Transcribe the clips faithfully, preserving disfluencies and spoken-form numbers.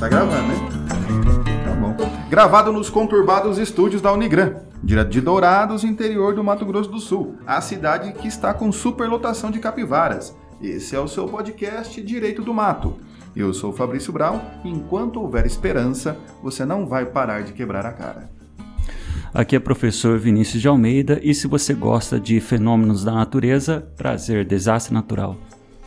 Tá gravando, né? Tá bom. Gravado nos conturbados estúdios da Unigran, direto de Dourados, interior do Mato Grosso do Sul, a cidade que está com superlotação de capivaras. Esse é o seu podcast Direito do Mato. Eu sou Fabrício Brau e enquanto houver esperança, você não vai parar de quebrar a cara. Aqui é professor Vinícius de Almeida e se você gosta de fenômenos da natureza, prazer, desastre natural.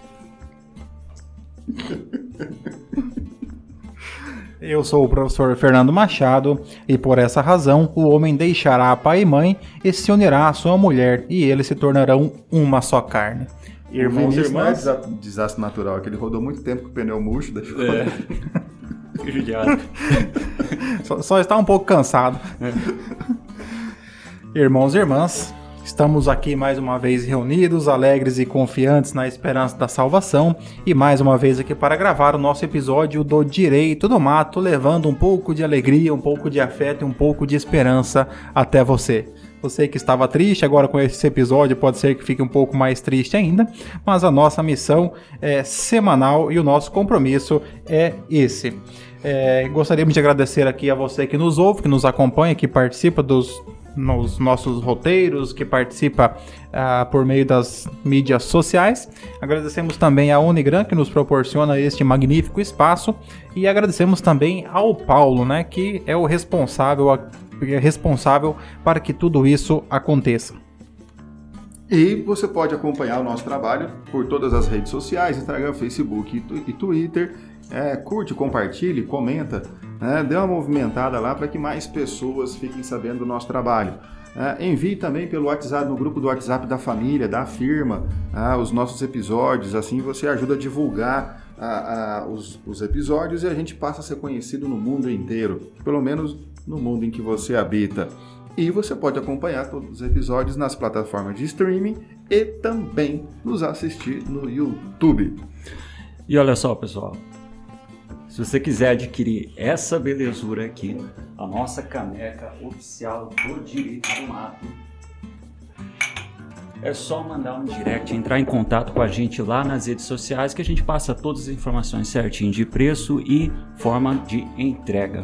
Eu sou o professor Fernando Machado e por essa razão o homem deixará pai e mãe e se unirá à sua mulher e eles se tornarão uma só carne. Irmãos e irmãs. Não é desastre natural, é que ele rodou muito tempo com o pneu murcho. Deixa eu... É. Judiado. só, só está um pouco cansado. É. Irmãos e irmãs, estamos aqui mais uma vez reunidos, alegres e confiantes na esperança da salvação e mais uma vez aqui para gravar o nosso episódio do Direito do Mato, levando um pouco de alegria, um pouco de afeto e um pouco de esperança até você. Você que estava triste, agora com esse episódio pode ser que fique um pouco mais triste ainda, mas a nossa missão é semanal e o nosso compromisso é esse. É, gostaríamos de agradecer aqui a você que nos ouve, que nos acompanha, que participa dos nos nossos roteiros, que participa uh, por meio das mídias sociais. Agradecemos também à Unigran, que nos proporciona este magnífico espaço, e agradecemos também ao Paulo, né, que é o responsável, a, é responsável para que tudo isso aconteça. E você pode acompanhar o nosso trabalho por todas as redes sociais, Instagram, Facebook e, tu- e Twitter. É, curte, compartilhe, comenta, né? Dê uma movimentada lá para que mais pessoas fiquem sabendo do nosso trabalho. É, envie também pelo WhatsApp, no grupo do WhatsApp da família, da firma, ah, os nossos episódios, assim você ajuda a divulgar ah, ah, os, os episódios e a gente passa a ser conhecido no mundo inteiro, pelo menos no mundo em que você habita. E você pode acompanhar todos os episódios nas plataformas de streaming e também nos assistir no YouTube. E olha só, pessoal, se você quiser adquirir essa belezura aqui, a nossa caneca oficial do Direito do Mato, é só mandar um direct, entrar em contato com a gente lá nas redes sociais que a gente passa todas as informações certinho de preço e forma de entrega.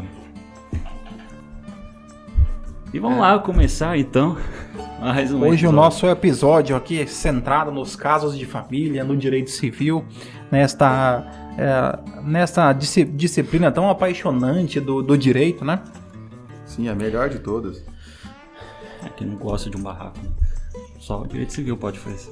E vamos é. lá começar então mais um Hoje episódio. O nosso episódio aqui é centrado nos casos de família, no direito civil, nesta, é, nesta disci- disciplina tão apaixonante do, do direito, né? Sim, a melhor de todas. É que não gosta de um barraco, né? Só o direito civil pode oferecer.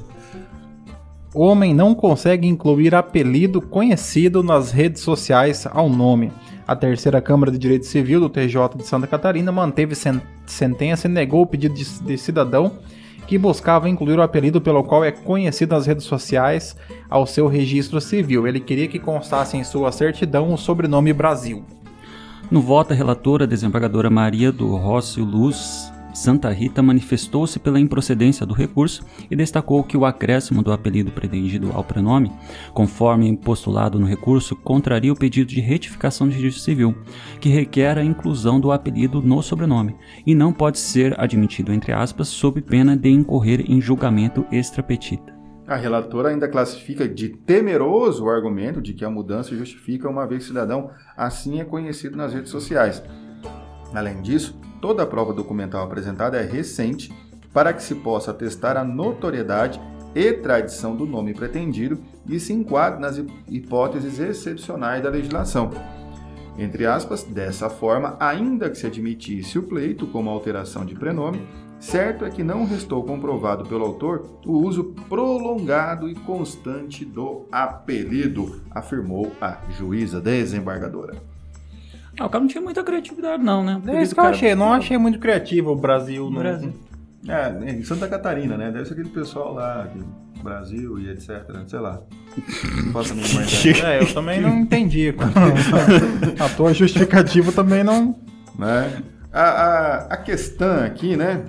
Homem não consegue incluir apelido conhecido nas redes sociais ao nome. A terceira Câmara de Direito Civil do T J de Santa Catarina manteve sen- sentença e negou o pedido de, de cidadão que buscava incluir o apelido pelo qual é conhecido nas redes sociais ao seu registro civil. Ele queria que constasse em sua certidão o sobrenome Brasil. No voto, a relatora, a desembargadora Maria do Rócio Luz Santa Rita manifestou-se pela improcedência do recurso e destacou que o acréscimo do apelido pretendido ao prenome, conforme postulado no recurso, contraria o pedido de retificação de registro civil, que requer a inclusão do apelido no sobrenome, e não pode ser admitido, entre aspas, sob pena de incorrer em julgamento extra petita. A relatora ainda classifica de temeroso o argumento de que a mudança justifica uma vez que o cidadão assim é conhecido nas redes sociais. Além disso, toda a prova documental apresentada é recente para que se possa atestar a notoriedade e tradição do nome pretendido e se enquadre nas hipóteses excepcionais da legislação. Entre aspas, dessa forma, ainda que se admitisse o pleito como alteração de prenome, certo é que não restou comprovado pelo autor o uso prolongado e constante do apelido, afirmou a juíza desembargadora. Ah, o cara não tinha muita criatividade não, né? É isso que eu achei, não achei muito criativo o Brasil. No Brasil. É, em Santa Catarina, né? Deve ser aquele pessoal lá, Brasil e etc, sei lá. Não faço a mínima ideia. É, eu também não entendi. A tua justificativa também não... Né? A, a, a questão aqui, né?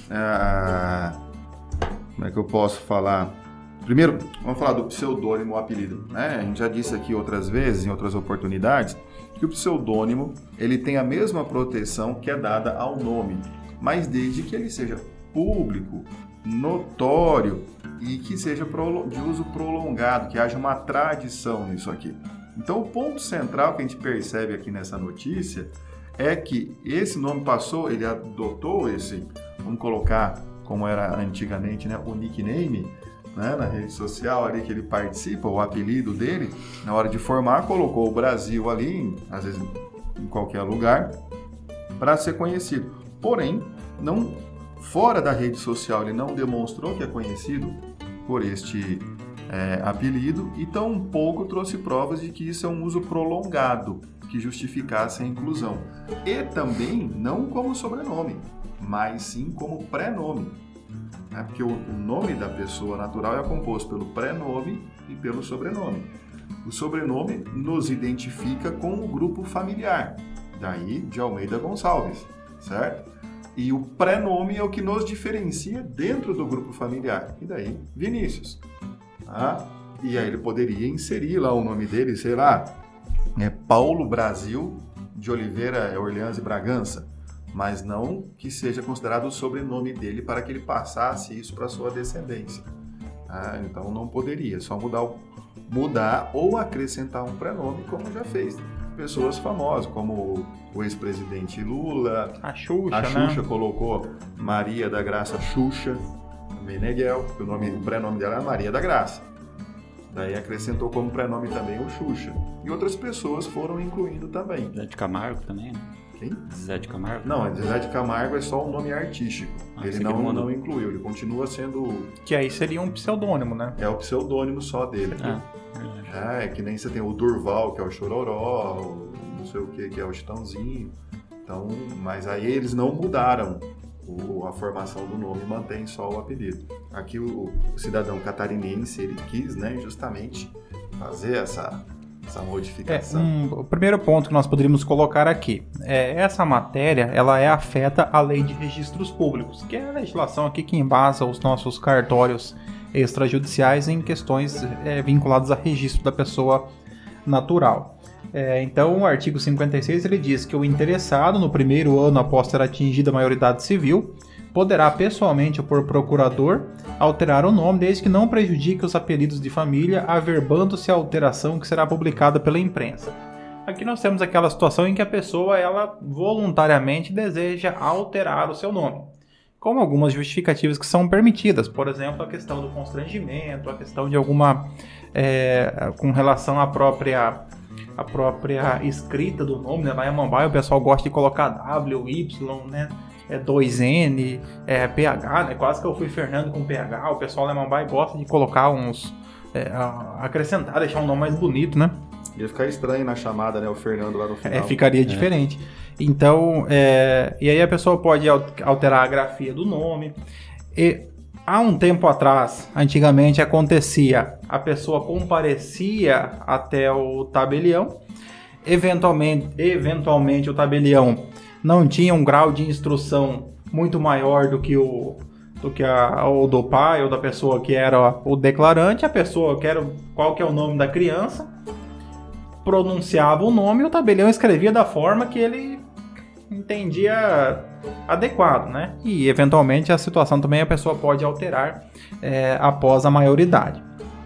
A, como é que eu posso falar? Primeiro, vamos falar do pseudônimo ou apelido, né? A gente já disse aqui outras vezes, em outras oportunidades, que o pseudônimo ele tem a mesma proteção que é dada ao nome, mas desde que ele seja público, notório e que seja de uso prolongado, que haja uma tradição nisso aqui. Então, o ponto central que a gente percebe aqui nessa notícia é que esse nome passou, ele adotou esse, vamos colocar como era antigamente, né, o nickname, né, na rede social ali que ele participa, o apelido dele, na hora de formar, colocou o Brasil ali, às vezes em qualquer lugar, para ser conhecido. Porém, não, fora da rede social, ele não demonstrou que é conhecido por este é, apelido e tampouco trouxe provas de que isso é um uso prolongado que justificasse a inclusão. E também não como sobrenome, mas sim como pré-nome. Né? Porque o nome da pessoa natural é composto pelo pré-nome e pelo sobrenome. O sobrenome nos identifica com o grupo familiar, daí de Almeida Gonçalves, certo? E o pré-nome é o que nos diferencia dentro do grupo familiar, e daí Vinícius. Tá? E aí ele poderia inserir lá o nome dele, sei lá, é Paulo Brasil de Oliveira Orleans e Bragança, mas não que seja considerado o sobrenome dele para que ele passasse isso para sua descendência. Ah, então não poderia, só mudar, o, mudar ou acrescentar um prenome, como já fez pessoas famosas, como o ex-presidente Lula, a Xuxa, a Xuxa né? colocou Maria da Graça Xuxa Meneghel, o, nome, o prenome dela é Maria da Graça. Daí acrescentou como prenome também o Xuxa. E outras pessoas foram incluindo também. Zé de Camargo também, né? Quem? Zé de Camargo? Não, Zé de Camargo é só um nome artístico. Ah, ele não, não incluiu, ele continua sendo... Que aí seria um pseudônimo, né? É o pseudônimo só dele. Ah, é, é que nem você tem o Durval, que é o Chororó, o não sei o que, que é o Chitãozinho. Então, mas aí eles não mudaram o, a formação do nome, mantém só o apelido. Aqui o, o cidadão catarinense, ele quis, né, justamente fazer essa... essa modificação. É, um, o primeiro ponto que nós poderíamos colocar aqui é essa matéria, ela é afeta a lei de registros públicos, que é a legislação aqui que embasa os nossos cartórios extrajudiciais em questões é, vinculadas a registro da pessoa natural. É, então, o artigo cinquenta e seis ele diz que o interessado, no primeiro ano após ter atingido a maioridade civil, poderá pessoalmente ou por procurador alterar o nome, desde que não prejudique os apelidos de família, averbando-se a alteração que será publicada pela imprensa. Aqui nós temos aquela situação em que a pessoa ela voluntariamente deseja alterar o seu nome, com algumas justificativas que são permitidas, por exemplo, a questão do constrangimento, a questão de alguma é, com relação à própria a própria escrita do nome, né? Lá em Amambaia o pessoal gosta de colocar W, Y, né? É dois N, é P H, né? Quase que eu fui Fernando com P H. O pessoal da Mambai gosta de colocar uns... É, acrescentar, deixar um nome mais bonito, né? Ia ficar estranho na chamada, né? O Fernando lá no final. É, ficaria é. diferente. Então, é, e aí a pessoa pode alterar a grafia do nome. E há um tempo atrás, antigamente acontecia, a pessoa comparecia até o tabelião. Eventualmente, eventualmente o tabelião não tinha um grau de instrução muito maior do que o do que a, ou do pai ou da pessoa que era o declarante. A pessoa que era qual que é o nome da criança, pronunciava o nome e o tabelião escrevia da forma que ele entendia adequado, né? E eventualmente a situação também a pessoa pode alterar é, após a maioridade.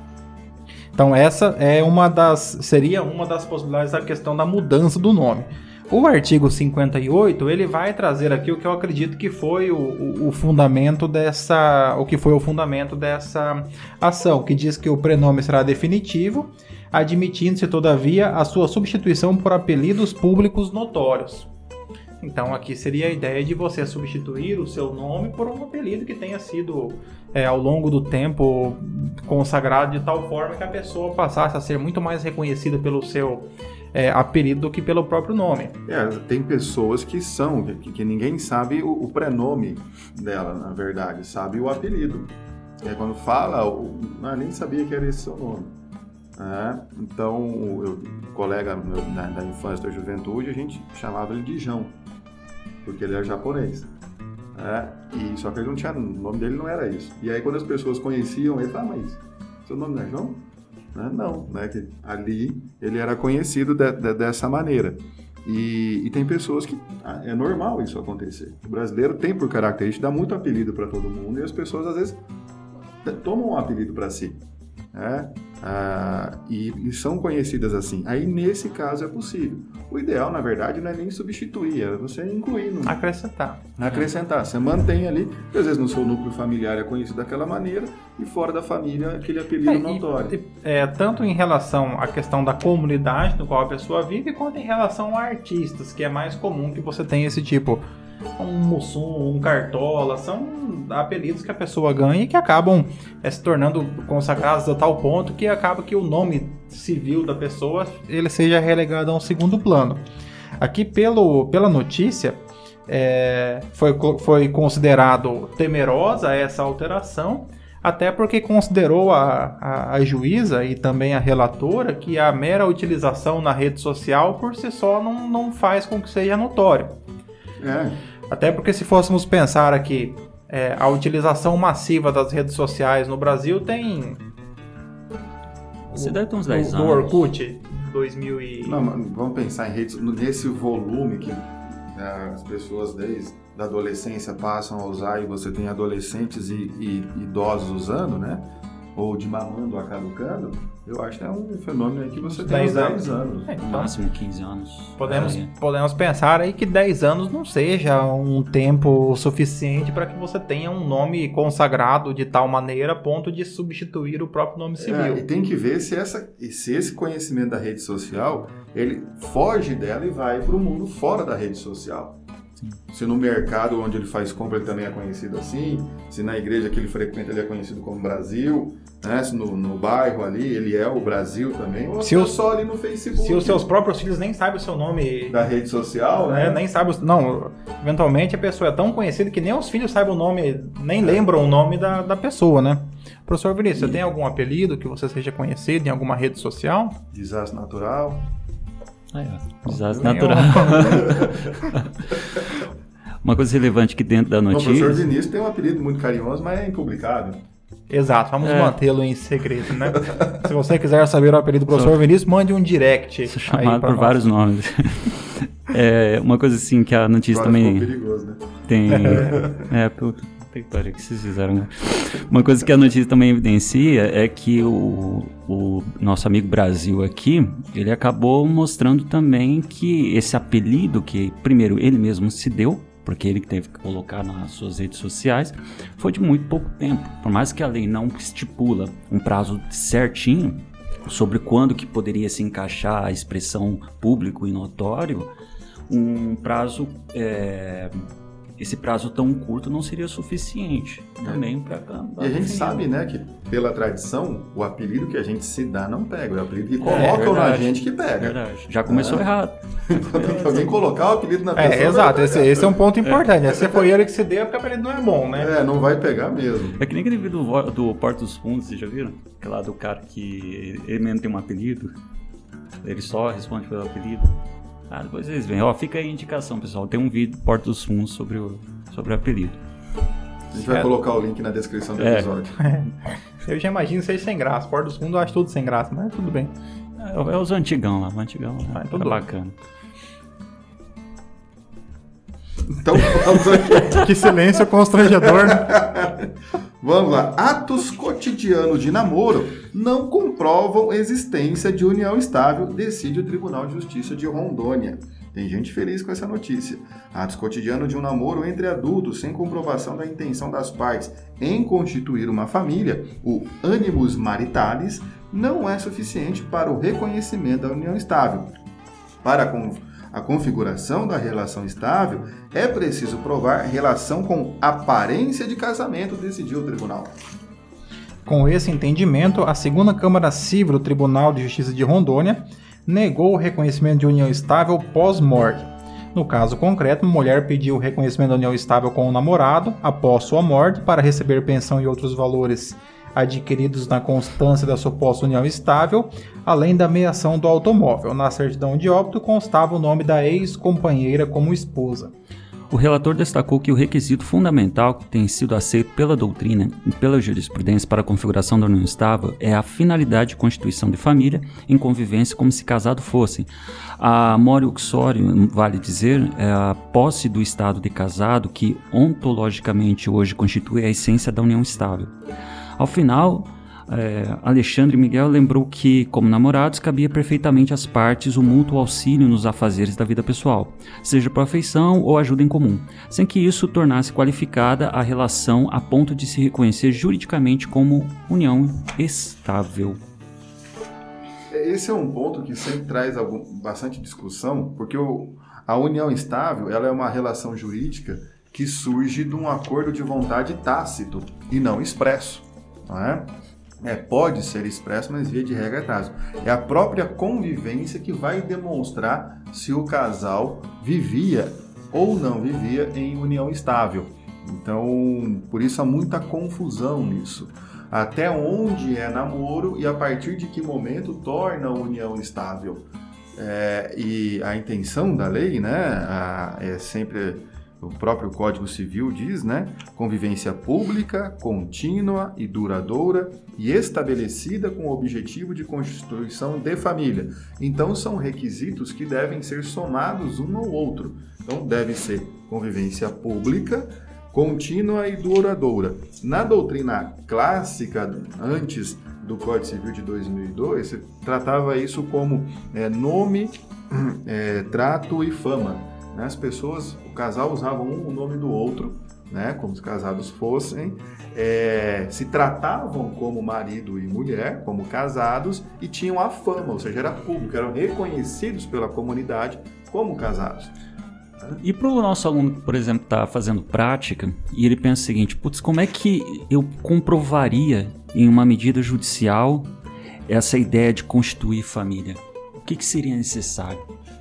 Então essa é uma das seria uma das possibilidades da questão da mudança do nome. O artigo cinquenta e oito, ele vai trazer aqui o que eu acredito que foi o, o, o fundamento dessa, o que foi o fundamento dessa ação, que diz que o prenome será definitivo, admitindo-se, todavia, a sua substituição por apelidos públicos notórios. Então, aqui seria a ideia de você substituir o seu nome por um apelido que tenha sido, é, ao longo do tempo, consagrado de tal forma que a pessoa passasse a ser muito mais reconhecida pelo seu É, apelido do que pelo próprio nome. É, tem pessoas que são, que, que ninguém sabe o, o prenome dela, na verdade, sabe o apelido. É, quando fala, o, ah, nem sabia que era esse seu nome. É, então, o colega meu, da, da infância, da juventude, a gente chamava ele de João, porque ele era japonês. É, e, só que ele não tinha, o nome dele não era isso. E aí, quando as pessoas conheciam ele, falavam, mas seu nome não é João? Não, né? Que ali ele era conhecido de, de, dessa maneira. E, e tem pessoas que ah, é normal isso acontecer. O brasileiro tem por característica dar muito apelido para todo mundo e as pessoas às vezes tomam um apelido para si. né? Ah, e, e são conhecidas assim. Aí, nesse caso, é possível. O ideal, na verdade, não é nem substituir, é você incluir. No... Acrescentar. Acrescentar. Você mantém ali, porque às vezes no seu núcleo familiar é conhecido daquela maneira, e fora da família, aquele apelido é, notório. E, é, tanto em relação à questão da comunidade no qual a pessoa vive, quanto em relação a artistas, que é mais comum que você tenha esse tipo. Um Mussum, um Cartola, são apelidos que a pessoa ganha e que acabam é, se tornando consagrados a tal ponto que acaba que o nome civil da pessoa ele seja relegado a um segundo plano. Aqui pelo, pela notícia é, foi, foi considerado temerosa essa alteração, até porque considerou a, a, a juíza e também a relatora que a mera utilização na rede social por si só não, não faz com que seja notório. É. Até porque se fôssemos pensar aqui, é, a utilização massiva das redes sociais no Brasil tem... Você deve ter uns dez do, anos. Do Orkut, dois mil e... Não, vamos pensar em redes, nesse volume que né, as pessoas desde a adolescência passam a usar e você tem adolescentes e, e idosos usando, né? Ou de mamando a caducando, eu acho que é um fenômeno aí que você tem uns dez anos. É, No então, máximo quinze anos. podemos, É. podemos pensar aí que dez anos não seja um tempo suficiente para que você tenha um nome consagrado de tal maneira a ponto de substituir o próprio nome civil. É, e tem que ver se, essa, se esse conhecimento da rede social, ele foge dela e vai para o mundo fora da rede social. Se no mercado onde ele faz compra ele também é conhecido assim, se na igreja que ele frequenta ele é conhecido como Brasil, né? Se no, no bairro ali ele é o Brasil também, ou se o, só ali no Facebook. Se os seus próprios filhos nem sabem o seu nome... Da rede social, né? né? Nem sabem... Não, eventualmente a pessoa é tão conhecida que nem os filhos sabem o nome, nem lembram o nome da, da pessoa, né? Professor Vinícius, você tem algum apelido que você seja conhecido em alguma rede social? Desastre natural. Ah, é. Desastre natural. Uma coisa relevante que dentro da notícia... O professor Vinícius tem um apelido muito carinhoso, mas é impublicado. Exato, vamos É. mantê-lo em segredo, né? Se você quiser saber o apelido do professor Vinícius, mande um direct. Sou chamado aí pra por nós. vários nomes. É, uma coisa assim que a notícia Agora também ficou perigoso, né? tem... É, puta que pariu, o que vocês fizeram, né? Uma coisa que a notícia também evidencia é que o, o nosso amigo Brasil aqui, ele acabou mostrando também que esse apelido que, primeiro, ele mesmo se deu, porque ele que teve que colocar nas suas redes sociais, foi de muito pouco tempo. Por mais que a lei não estipula um prazo certinho sobre quando que poderia se encaixar a expressão público e notório, um prazo, é, esse prazo tão curto não seria suficiente também para... E a gente sabe, né, que pela tradição, o apelido que a gente se dá não pega, o apelido que É, colocam na verdade, gente que pega. Verdade. Já começou É. errado. Tem que alguém colocar o apelido na pessoa. É, exato, vai esse, pegar. esse é um ponto importante, né? Se foi ele que se deu, é porque o apelido não é bom, né? É, não vai pegar mesmo. É que nem aquele vídeo do, do Porta dos Fundos, vocês já viram? Aquele lá do cara que ele mesmo tem um apelido, ele só responde pelo apelido. Ah, depois vocês veem. Ó, fica aí a indicação, pessoal. Tem um vídeo do Porta dos Fundos sobre o, sobre o apelido. A gente vai É. colocar o link na descrição do É. episódio. Eu já imagino seja sem graça. Porta dos Fundos eu acho tudo sem graça, mas tudo bem. É, é os antigão lá, o antigão lá. Ah, então Era tudo. bacana. Então, vamos aqui. Que silêncio constrangedor, né? Vamos lá. Atos cotidianos de namoro não comprovam existência de união estável, decide o Tribunal de Justiça de Rondônia. Tem gente feliz com essa notícia. Atos cotidianos de um namoro entre adultos sem comprovação da intenção das partes em constituir uma família, o animus maritalis, não é suficiente para o reconhecimento da união estável. Para com a configuração da relação estável, é preciso provar relação com aparência de casamento, decidiu o tribunal. Com esse entendimento, a segunda Câmara Civil do Tribunal de Justiça de Rondônia negou o reconhecimento de união estável pós-morte. No caso concreto, uma mulher pediu o reconhecimento da união estável com o namorado após sua morte para receber pensão e outros valores adquiridos na constância da suposta união estável, além da meação do automóvel. Na certidão de óbito constava o nome da ex-companheira como esposa. O relator destacou que o requisito fundamental que tem sido aceito pela doutrina e pela jurisprudência para a configuração da união estável é a finalidade de constituição de família em convivência como se casado fossem. A mora uxorium, vale dizer, é a posse do estado de casado que ontologicamente hoje constitui a essência da união estável. Ao final, é, Alexandre Miguel lembrou que, como namorados, cabia perfeitamente às partes o mútuo auxílio nos afazeres da vida pessoal, seja por afeição ou ajuda em comum, sem que isso tornasse qualificada a relação a ponto de se reconhecer juridicamente como união estável. Esse é um ponto que sempre traz algum, bastante discussão, porque o, a união estável ela é uma relação jurídica que surge de um acordo de vontade tácito e não expresso, não é? É, pode ser expresso, mas via de regra é tácito. É a própria convivência que vai demonstrar se o casal vivia ou não vivia em união estável. Então, por isso há muita confusão nisso. Até onde é namoro e a partir de que momento torna a união estável. É, e a intenção da lei, né, a, é sempre... O próprio Código Civil diz, né? Convivência pública, contínua e duradoura e estabelecida com o objetivo de constituição de família. Então, são requisitos que devem ser somados um ao outro. Então, deve ser convivência pública, contínua e duradoura. Na doutrina clássica, antes do Código Civil de dois mil e dois, se tratava isso como é, nome, é, trato e fama. As pessoas, o casal usavam um o nome do outro, né, como os casados fossem, é, se tratavam como marido e mulher, como casados, e tinham a fama, ou seja, era público, eram reconhecidos pela comunidade como casados. E para o nosso aluno, por exemplo, está fazendo prática, e ele pensa o seguinte, putz, como é que eu comprovaria em uma medida judicial essa ideia de constituir família? O que, que seria necessário?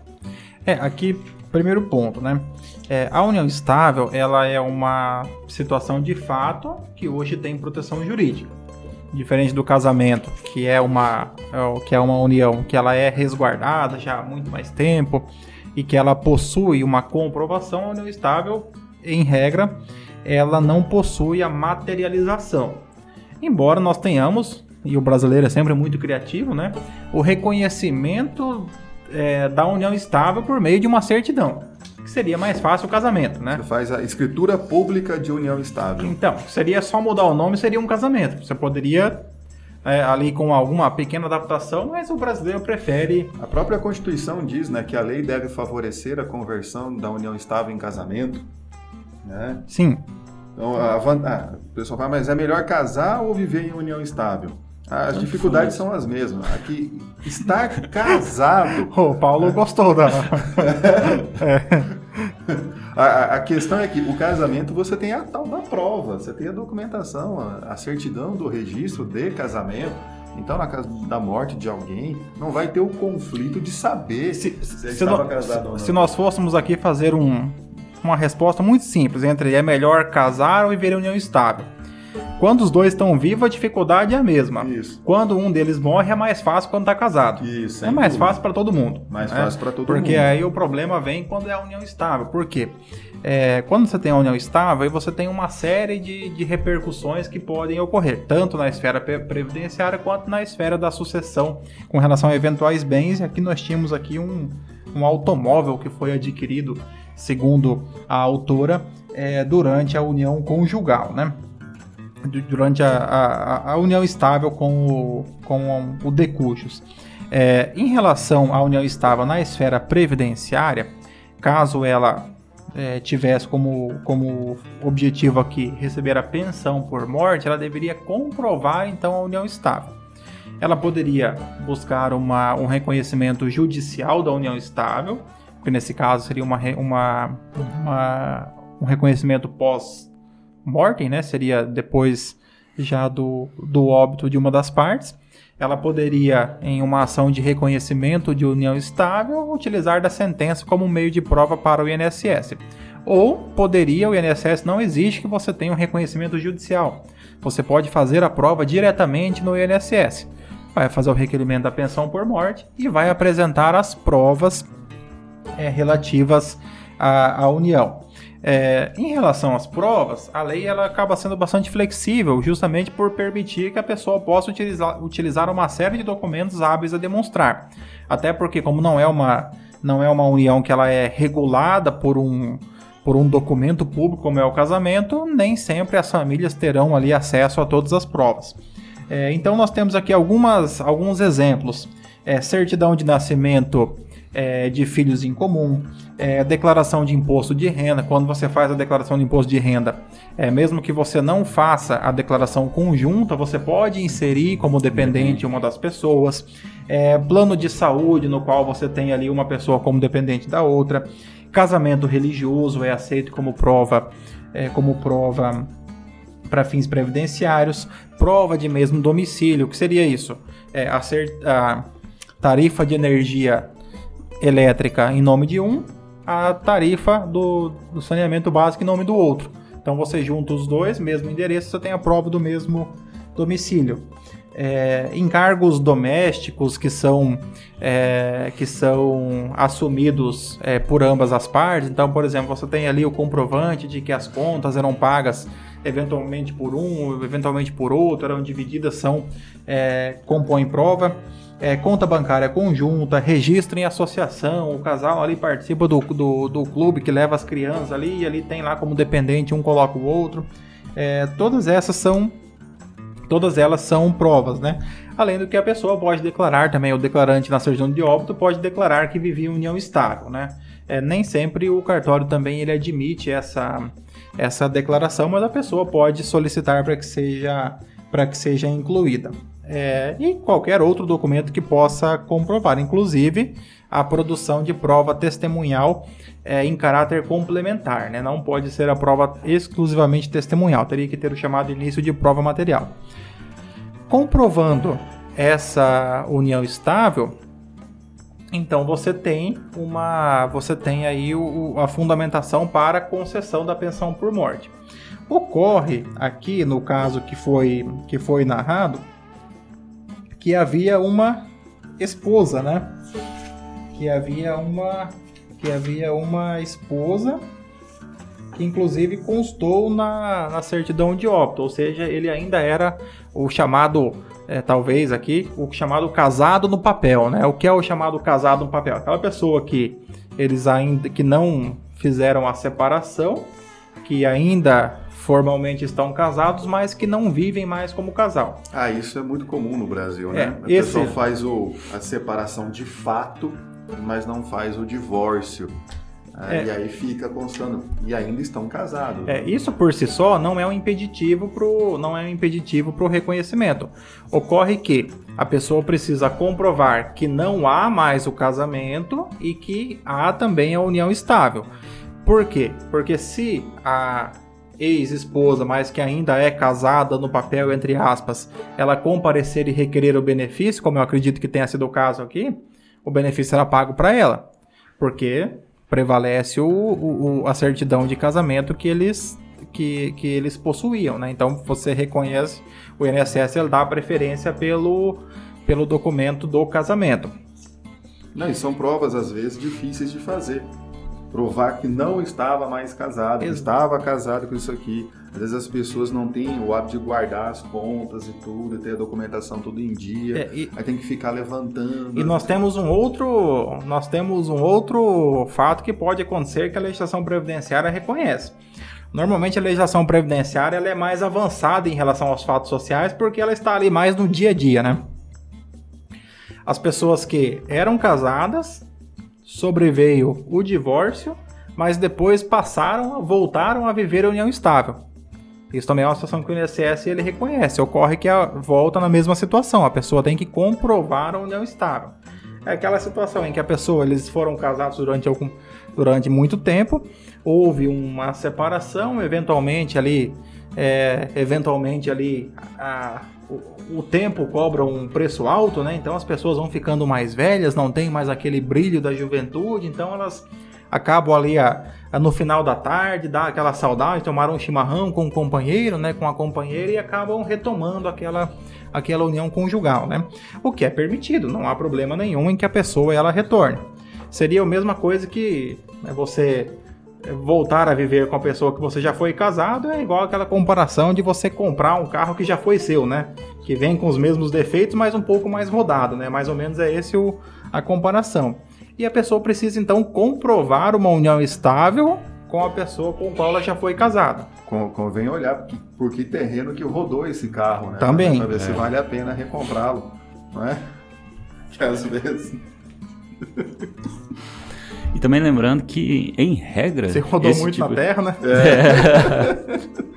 É, aqui... Primeiro ponto, né? É, a união estável, ela é uma situação de fato que hoje tem proteção jurídica. Diferente do casamento, que é uma, que é uma união que ela é resguardada já há muito mais tempo e que ela possui uma comprovação, a união estável, em regra, ela não possui a materialização. Embora nós tenhamos, e o brasileiro é sempre muito criativo, né? O reconhecimento... É, da união estável por meio de uma certidão, que seria mais fácil o casamento, né? Você faz a escritura pública de união estável. Então, seria só mudar o nome, seria um casamento. Você poderia, é, ali com alguma pequena adaptação, mas o brasileiro prefere... A própria Constituição diz, né, que a lei deve favorecer a conversão da união estável em casamento, né? Sim. Então, a, a, o pessoal fala, mas é melhor casar ou viver em união estável? As dificuldades são as mesmas. Aqui, estar casado... O Paulo gostou da... é. a, a questão é que o casamento você tem a tal da prova, você tem a documentação, a, a certidão do registro de casamento. Então, na caso da morte de alguém, não vai ter o conflito de saber se, se, se estava no, casado ou não. Se nós fôssemos aqui fazer um, uma resposta muito simples entre é melhor casar ou viver em união estável. Quando os dois estão vivos, a dificuldade é a mesma. Isso. Quando um deles morre, é mais fácil quando está casado. Isso, é mais fácil para todo mundo. Mais né? fácil para todo Porque mundo. Porque aí o problema vem quando é a união estável. Por quê? É, quando você tem a união estável, aí você tem uma série de, de repercussões que podem ocorrer, tanto na esfera previdenciária quanto na esfera da sucessão, com relação a eventuais bens. E aqui nós tínhamos aqui um, um automóvel que foi adquirido, segundo a autora, é, durante a união conjugal, né? Durante a, a, a união estável com o, com o decujus. É, em relação à união estável na esfera previdenciária, caso ela é, tivesse como, como objetivo aqui receber a pensão por morte, ela deveria comprovar então a união estável. Ela poderia buscar uma, um reconhecimento judicial da união estável, que nesse caso seria uma, uma, uma, um reconhecimento pós mortem, né? Seria depois já do, do óbito de uma das partes. Ela poderia, em uma ação de reconhecimento de união estável, utilizar da sentença como meio de prova para o I N S S. Ou poderia, o I N S S não exige que você tenha um reconhecimento judicial. Você pode fazer a prova diretamente no I N S S. Vai fazer o requerimento da pensão por morte e vai apresentar as provas é, relativas à, à união. É, em relação às provas, a lei ela acaba sendo bastante flexível, justamente por permitir que a pessoa possa utilizar, utilizar uma série de documentos hábeis a demonstrar. Até porque, como não é uma, não é uma união que ela é regulada por um, por um documento público, como é o casamento, nem sempre as famílias terão ali acesso a todas as provas. É, então nós temos aqui algumas, alguns exemplos. É, certidão de nascimento é, de filhos em comum, é, declaração de imposto de renda. Quando você faz a declaração de imposto de renda, é, mesmo que você não faça a declaração conjunta, você pode inserir como dependente uma das pessoas. É, plano de saúde, no qual você tem ali uma pessoa como dependente da outra. Casamento religioso é aceito como prova, é, como prova para fins previdenciários. Prova de mesmo domicílio, o que seria isso? É, a, cer- a tarifa de energia elétrica em nome de um, a tarifa do, do saneamento básico em nome do outro. Então você junta os dois, mesmo endereço, você tem a prova do mesmo domicílio. É, encargos domésticos que são, é, que são assumidos é, por ambas as partes. Então, por exemplo, você tem ali o comprovante de que as contas eram pagas eventualmente por um, eventualmente por outro, eram divididas, são, é, compõem prova. É, conta bancária conjunta, registro em associação, o casal ali participa do, do, do clube que leva as crianças ali, e ali tem lá como dependente, um coloca o outro. É, todas essas são, todas elas são provas, né? Além do que a pessoa pode declarar também, o declarante na certidão de óbito pode declarar que vivia em união estável, né? É, nem sempre o cartório também ele admite essa, essa declaração, mas a pessoa pode solicitar para que seja, para que seja incluída. É, e qualquer outro documento que possa comprovar, inclusive a produção de prova testemunhal é, em caráter complementar, né? Não pode ser a prova exclusivamente testemunhal, teria que ter o chamado início de prova material. Comprovando essa união estável, então você tem uma, você tem aí o, a fundamentação para a concessão da pensão por morte. Ocorre aqui no caso que foi, que foi narrado, que havia uma esposa, né? Que havia uma, que havia uma esposa que inclusive constou na, na certidão de óbito, ou seja, ele ainda era o chamado, é, talvez aqui, o chamado casado no papel, né? O que é o chamado casado no papel? Aquela pessoa que eles ainda, que não fizeram a separação, que ainda formalmente estão casados, mas que não vivem mais como casal. Ah, isso é muito comum no Brasil, né? É, a esse... pessoa faz o, a separação de fato, mas não faz o divórcio. É. E aí fica constando. E ainda estão casados. É, isso por si só não é um impeditivo pro, não é um impeditivo para o reconhecimento. Ocorre que a pessoa precisa comprovar que não há mais o casamento e que há também a união estável. Por quê? Porque se a ex-esposa, mas que ainda é casada no papel, entre aspas, ela comparecer e requerer o benefício, como eu acredito que tenha sido o caso aqui, o benefício será pago para ela, porque prevalece o, o, a certidão de casamento que eles, que, que eles possuíam, né? Então você reconhece, o I N S S ele dá preferência pelo, pelo documento do casamento. Não, e são provas às vezes difíceis de fazer. Provar que não estava mais casado, que estava casado com isso aqui. Às vezes as pessoas não têm o hábito de guardar as contas e tudo, ter a documentação tudo em dia. É, e, aí tem que ficar levantando. E nós temos um outro, nós temos um outro fato que pode acontecer que a legislação previdenciária reconhece. Normalmente a legislação previdenciária ela é mais avançada em relação aos fatos sociais porque ela está ali mais no dia a dia, né? As pessoas que eram casadas, sobreveio o divórcio, mas depois passaram, voltaram a viver a união estável. Isso também é uma situação que o I N S S ele reconhece. Ocorre que a, volta na mesma situação. A pessoa tem que comprovar a união estável. É aquela situação em que a pessoa, eles foram casados durante, algum, durante muito tempo, houve uma separação, eventualmente ali, é, eventualmente ali a, o, o tempo cobra um preço alto, né? Então as pessoas vão ficando mais velhas, não tem mais aquele brilho da juventude, então elas acabam ali a, a, no final da tarde, dá aquela saudade, tomaram um chimarrão com o companheiro, né, com a companheira, e acabam retomando aquela, aquela união conjugal, né? O que é permitido, não há problema nenhum em que a pessoa ela retorne. Seria a mesma coisa que, né, você voltar a viver com a pessoa que você já foi casado, é igual aquela comparação de você comprar um carro que já foi seu, né? Que vem com os mesmos defeitos, mas um pouco mais rodado, né? Mais ou menos é esse o, a comparação. E a pessoa precisa, então, comprovar uma união estável com a pessoa com a qual ela já foi casada. Convém olhar por que, por que terreno que rodou esse carro, né? Também. Para ver é. se vale a pena recomprá-lo, não é? Que às vezes... E também lembrando que, em regra... Você rodou muito tipo... na terra, né? É.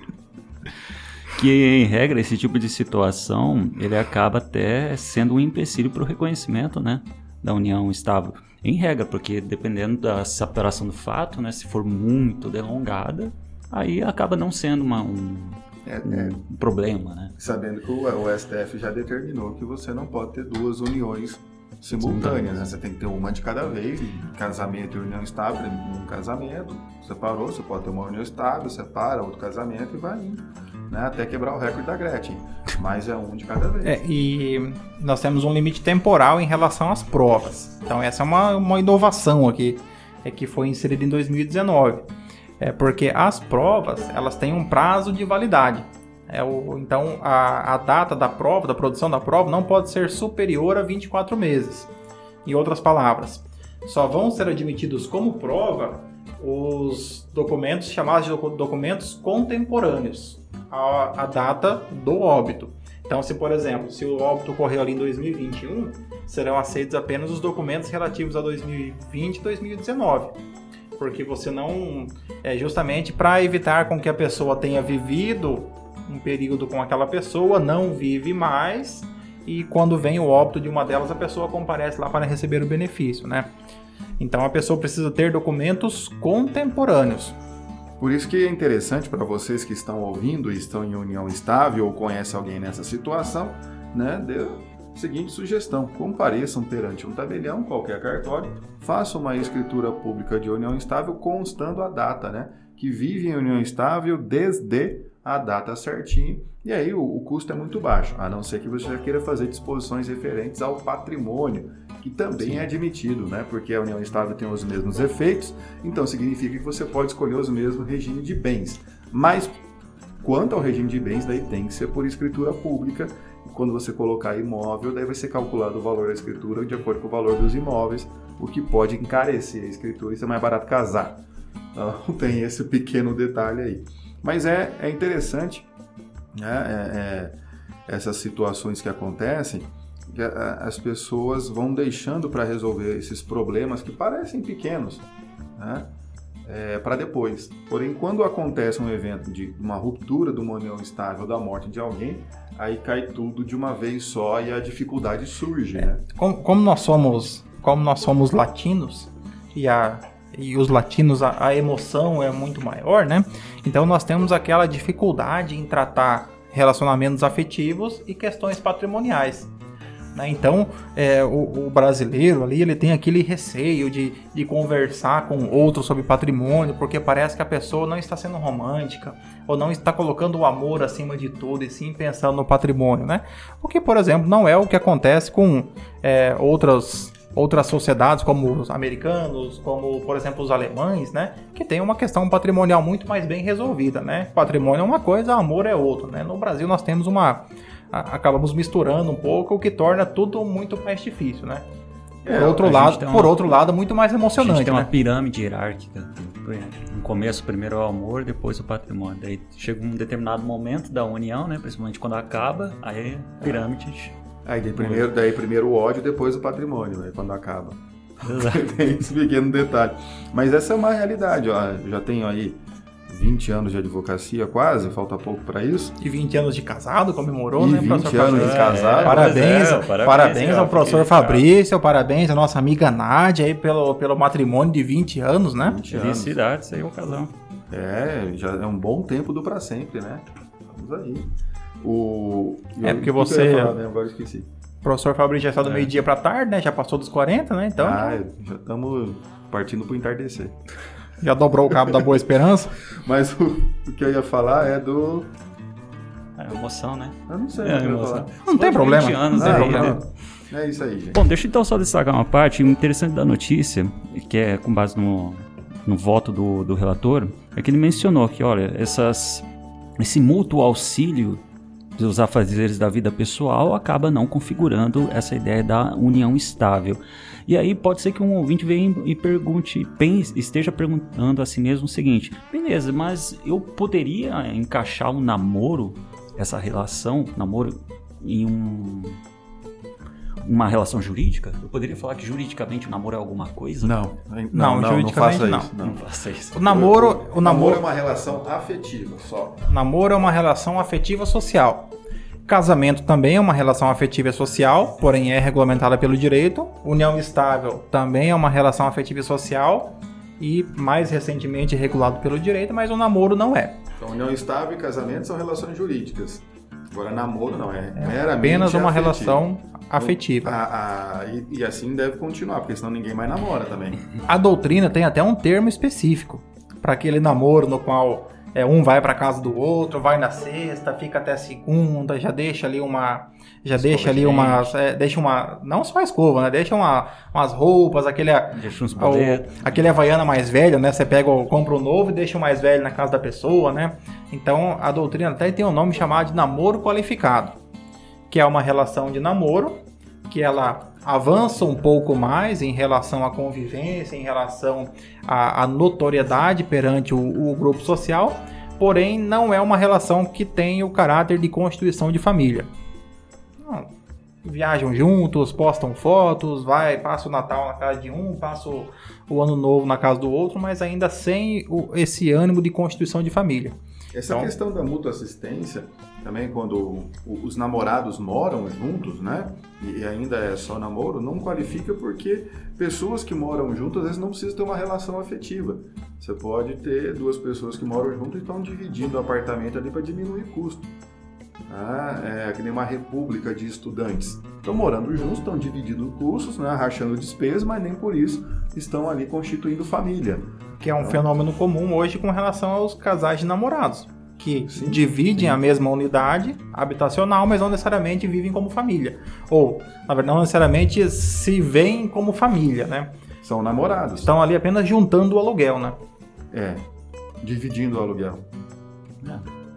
Que, em regra, esse tipo de situação, ele acaba até sendo um empecilho para o reconhecimento, né, da união estável. Em regra, porque dependendo da separação do fato, né, se for muito delongada, aí acaba não sendo uma, um, é, um é. problema, né? Sabendo que o, o S T F já determinou que você não pode ter duas uniões simultâneas, né? Você tem que ter uma de cada vez, casamento e união estável, um casamento, separou, você pode ter uma união estável, separa, outro casamento e vai indo, né? Até quebrar o recorde da Gretchen, mas é um de cada vez. É, e nós temos um limite temporal em relação às provas, então essa é uma, uma inovação aqui, é que foi inserida em dois mil e dezenove, é porque as provas, elas têm um prazo de validade. É o, então, a, a data da prova, da produção da prova, não pode ser superior a vinte e quatro meses. Em outras palavras, só vão ser admitidos como prova os documentos chamados de documentos contemporâneos à, à data do óbito. Então, se, por exemplo, se o óbito ocorreu ali em dois mil e vinte e um, serão aceitos apenas os documentos relativos a dois mil e vinte e dois mil e dezenove. Porque você não... É justamente para evitar com que a pessoa tenha vivido um período com aquela pessoa, não vive mais, e quando vem o óbito de uma delas, a pessoa comparece lá para receber o benefício, né? Então a pessoa precisa ter documentos contemporâneos. Por isso que é interessante para vocês que estão ouvindo e estão em união estável ou conhecem alguém nessa situação, né? Dê a seguinte sugestão: compareçam perante um tabelião, qualquer cartório, façam uma escritura pública de união estável constando a data, né? Que vive em união estável desde a data certinha, e aí o, o custo é muito baixo, a não ser que você já queira fazer disposições referentes ao patrimônio, que também Sim. é admitido, né? Porque a união estável tem os mesmos efeitos, então significa que você pode escolher os mesmos regimes de bens. Mas quanto ao regime de bens, daí tem que ser por escritura pública, e quando você colocar imóvel, daí vai ser calculado o valor da escritura de acordo com o valor dos imóveis, o que pode encarecer a escritura e ser mais barato casar. Então tem esse pequeno detalhe aí. Mas é, é interessante, né, é, é, essas situações que acontecem, que a, as pessoas vão deixando para resolver esses problemas que parecem pequenos, né, é, para depois. Porém, quando acontece um evento de uma ruptura de uma união estável, da morte de alguém, aí cai tudo de uma vez só e a dificuldade surge. É, né? como, como, nós somos, como nós somos latinos, e a... e os latinos, a, a emoção é muito maior, né? Então nós temos aquela dificuldade em tratar relacionamentos afetivos e questões patrimoniais, né? Então é, o, o brasileiro ali, ele tem aquele receio de, de conversar com outro sobre patrimônio, porque parece que a pessoa não está sendo romântica, ou não está colocando o amor acima de tudo, e sim pensando no patrimônio, né? O que, por exemplo, não é o que acontece com é, outras... outras sociedades, como os americanos, como, por exemplo, os alemães, né? Que tem uma questão patrimonial muito mais bem resolvida, né? Patrimônio é uma coisa, amor é outra, né? No Brasil nós temos uma... acabamos misturando um pouco, o que torna tudo muito mais difícil, né? Por, é, outro, lado, uma, por outro lado, muito mais emocionante, a gente tem né? uma pirâmide hierárquica. No começo, primeiro é o amor, depois o patrimônio. Daí chega um determinado momento da união, né? Principalmente quando acaba, aí a pirâmide... Aí daí primeiro, daí primeiro o ódio, depois o patrimônio, né, quando acaba. Tem esse pequeno detalhe. Mas essa é uma realidade, ó. Eu já tenho aí vinte anos de advocacia quase, falta pouco para isso. E vinte anos de casado, comemorou, e né, vinte anos de casado. É, parabéns, é, parabéns, parabéns ao professor Fabrício, parabéns à nossa amiga Nádia aí pelo, pelo matrimônio de vinte anos, né? vinte Felicidades aí o casal. É, já é um bom tempo do pra sempre, né? Vamos aí. O... É porque você... Falar, né? Agora eu esqueci. O professor Fabrício já está do é. meio-dia para tarde, né? Já passou dos quarenta, né? Então... Ah, já estamos partindo para o entardecer. Já dobrou o cabo da Boa Esperança. Mas o, o que eu ia falar é do... É emoção, né? Eu não sei é, o que eu ia falar. Não tem problema. vinte anos, ah, aí, problema. Né? É isso aí, gente. Bom, deixa eu então só destacar uma parte interessante da notícia, que é com base no, no voto do, do relator, é que ele mencionou que, olha, essas, esse mútuo auxílio dos afazeres da vida pessoal, acaba não configurando essa ideia da união estável. E aí pode ser que um ouvinte venha e pergunte, pense, esteja perguntando a si mesmo o seguinte: beleza, mas eu poderia encaixar um namoro, essa relação, namoro, em um, uma relação jurídica? Eu poderia falar que juridicamente o namoro é alguma coisa? Não, Não, não, não, juridicamente não faça não. isso. Não faça isso. O namoro, O, o namoro namoro, é uma relação afetiva só. namoro é uma relação afetiva social. Casamento também é uma relação afetiva e social, porém é regulamentada pelo direito. União estável também é uma relação afetiva e social e mais recentemente regulado pelo direito, mas o namoro não é. Então, união estável e casamento são relações jurídicas. Agora, namoro não, é, É meramente apenas uma afetivo. relação afetiva. A- a- e, e assim deve continuar, porque senão ninguém mais namora também. A doutrina tem até um termo específico para aquele namoro no qual é, um vai para casa do outro, vai na sexta, fica até segunda, já deixa ali uma, já Escova deixa ali de uma, dente. é, deixa uma, não só a escova, né? Deixa uma, umas roupas, aquele, Deixa uns o, boletos. aquele havaiana mais velho, né? Você pega, o- compra o novo e deixa o mais velho na casa da pessoa, né? Então a doutrina até tem um nome chamado de namoro qualificado, que é uma relação de namoro que ela avança um pouco mais em relação à convivência, em relação à, à notoriedade perante o, o grupo social, porém não é uma relação que tem o caráter de constituição de família. Não, viajam juntos, postam fotos, vai, passa o Natal na casa de um, passa o, o Ano Novo na casa do outro, mas ainda sem o, esse ânimo de constituição de família. Essa Então- questão da mútua assistência, também quando o- os namorados moram juntos, né? E ainda é só namoro, não qualifica porque pessoas que moram juntas, às vezes não precisam ter uma relação afetiva. Você pode ter duas pessoas que moram juntas e estão dividindo o apartamento ali para diminuir custo. Ah, é que nem uma república de estudantes. Estão morando juntos, estão dividindo custos, né? Rachando despesas, mas nem por isso estão ali constituindo família. Que é um fenômeno comum hoje com relação aos casais de namorados, que Sim, dividem sim. a mesma unidade habitacional, mas não necessariamente vivem como família. Ou, na verdade, não necessariamente se veem como família, né? São namorados. Estão ali apenas juntando o aluguel, né? É, dividindo o aluguel. É.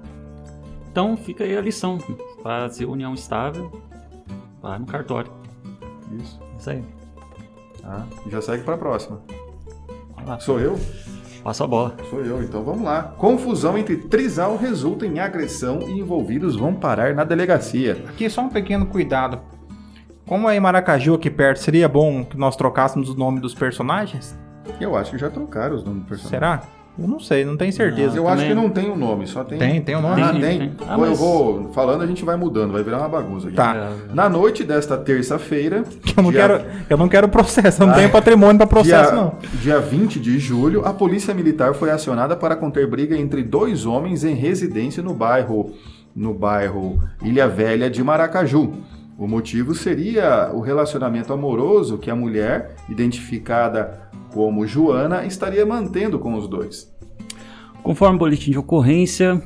Então fica aí a lição: fazer união estável, vai no cartório. Isso. Isso aí. Tá? Já segue para a próxima. Vai lá. Sou eu? Passa a bola. Sou eu, então vamos lá. Confusão entre trisal resulta em agressão e envolvidos vão parar na delegacia. Aqui só um pequeno cuidado. Como é em Maracaju aqui perto, seria bom que nós trocássemos o nome dos personagens? Eu acho que já trocaram os nomes do personagem. Será? Eu não sei, não tenho certeza. Eu também. acho que não tem o nome, só tem... Tem, tem o nome. Ah, Tem, tem. tem. Ah, Pô, Eu mas- vou falando, a gente vai mudando, vai virar uma bagunça aqui. Tá. É, Na noite desta terça-feira... Eu não, dia- quero, eu não quero processo, eu não Ah, tenho patrimônio para processo, dia, não. Dia vinte de julho, a polícia militar foi acionada para conter briga entre dois homens em residência no bairro, no bairro Ilha Velha de Maracaju. O motivo seria o relacionamento amoroso que a mulher, identificada como Joana, estaria mantendo com os dois. Conforme o boletim de ocorrência,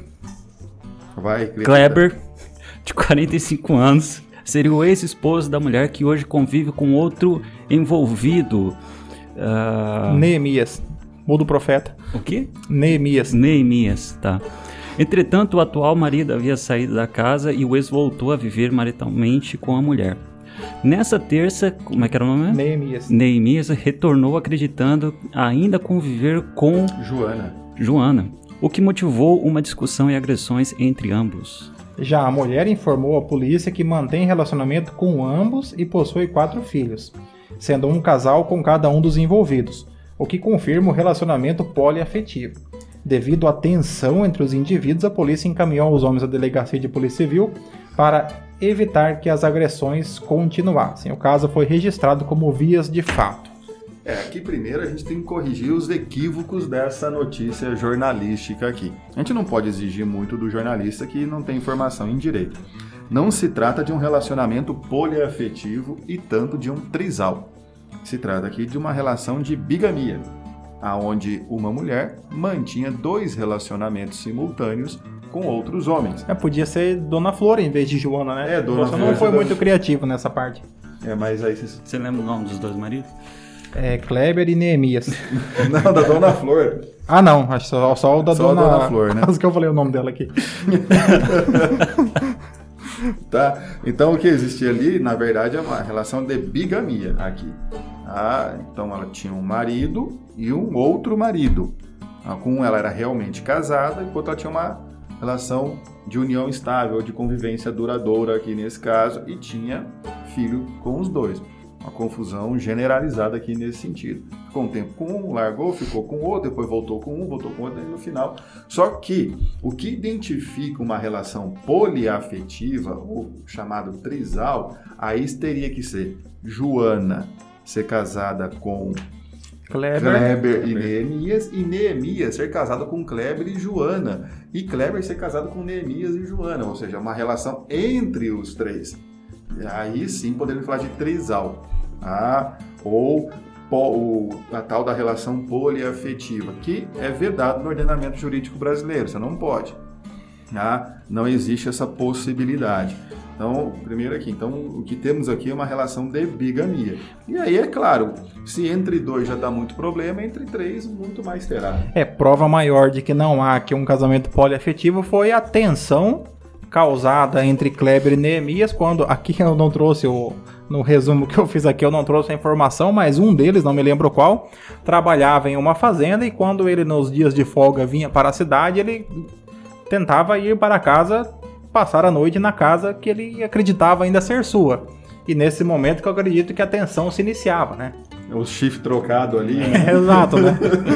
Vai, Cleiton. Kleber, de quarenta e cinco anos, seria o ex-esposo da mulher que hoje convive com outro envolvido. Ah, Neemias. Muda o profeta. o quê? Neemias. Neemias, tá. Entretanto, o atual marido havia saído da casa e o ex voltou a viver maritalmente com a mulher. Nessa terça, como é que era o nome? Neemias. Neemias retornou acreditando ainda conviver com Joana. Joana, o que motivou uma discussão e agressões entre ambos. Já a mulher informou à polícia que mantém relacionamento com ambos e possui quatro filhos, sendo um casal com cada um dos envolvidos, o que confirma o relacionamento poliafetivo. Devido à tensão entre os indivíduos, a polícia encaminhou os homens à delegacia de polícia civil para evitar que as agressões continuassem. O caso foi registrado como vias de fato. É, aqui primeiro a gente tem que corrigir os equívocos dessa notícia jornalística aqui. A gente não pode exigir muito do jornalista que não tem informação em direito. Não se trata de um relacionamento poliafetivo e tanto de um trisal. Se trata aqui de uma relação de bigamia, aonde uma mulher mantinha dois relacionamentos simultâneos com outros homens. É, podia ser Dona Flor em vez de Joana, né? É, Dona Você Flor, não foi Dona- muito criativo nessa parte. É, mas aí vocês... Você lembra o nome dos dois maridos? É, Kleber e Neemias. Não, da Dona Flor. Ah, não. Acho só, só o da Só a Dona... Dona Flor, né? Quase que eu falei o nome dela aqui. Tá? Então, o que existia ali, na verdade, é uma relação de bigamia aqui. Ah, então, ela tinha um marido e um outro marido. Ah, com um ela era realmente casada, enquanto ela tinha uma relação de união estável, de convivência duradoura aqui nesse caso, e tinha filho com os dois. Uma confusão generalizada aqui nesse sentido. Ficou um tempo com um, largou, ficou com o outro, depois voltou com um, voltou com o outro, e no final. Só que o que identifica uma relação poliafetiva, ou chamado trisal, aí teria que ser Joana ser casada com Kleber, Kleber e Neemias, e Neemias ser casado com Kleber e Joana, e Kleber ser casado com Neemias e Joana, ou seja, uma relação entre os três. Aí sim podemos falar de trisal, ah, ou o, a tal da relação poliafetiva, que é vedado no ordenamento jurídico brasileiro, você não pode, ah, não existe essa possibilidade. Então, primeiro aqui, então o que temos aqui é uma relação de bigamia. E aí, é claro, se entre dois já dá muito problema, entre três muito mais terá. É, prova maior de que não há aqui um casamento poliafetivo foi a tensão causada entre Kleber e Neemias, quando, aqui eu não trouxe, o, no resumo que eu fiz aqui, eu não trouxe a informação, mas um deles, não me lembro qual, trabalhava em uma fazenda e quando ele nos dias de folga vinha para a cidade, ele tentava ir para casa, passar a noite na casa que ele acreditava ainda ser sua. E nesse momento que eu acredito que a tensão se iniciava, né? O chifre trocado ali, né? É, exato, né?